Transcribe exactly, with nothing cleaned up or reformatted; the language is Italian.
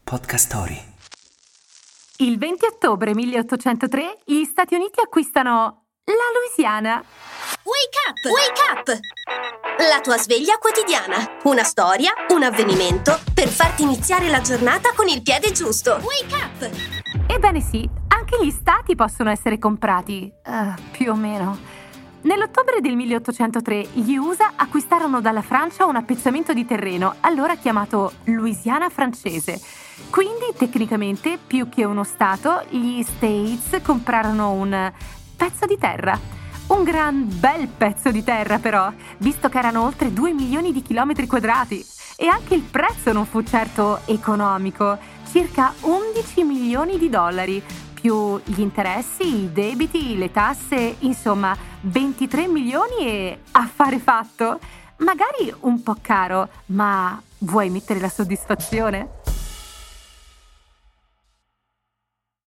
Podcast Story. Il venti ottobre milleottocentotre gli Stati Uniti acquistano la Louisiana. Wake up! Wake up! La tua sveglia quotidiana. Una storia, un avvenimento per farti iniziare la giornata con il piede giusto. Wake up! Ebbene sì, anche gli stati possono essere comprati, uh, più o meno. Nell'ottobre del milleottocentotre gli U S A acquistarono dalla Francia un appezzamento di terreno, allora chiamato Louisiana francese. Quindi, tecnicamente, più che uno stato, gli States comprarono un pezzo di terra. Un gran bel pezzo di terra, però, visto che erano oltre due milioni di chilometri quadrati. E anche il prezzo non fu certo economico, circa undici milioni di dollari, più gli interessi, i debiti, le tasse, insomma, ventitré milioni e affare fatto. Magari un po' caro, ma vuoi mettere la soddisfazione?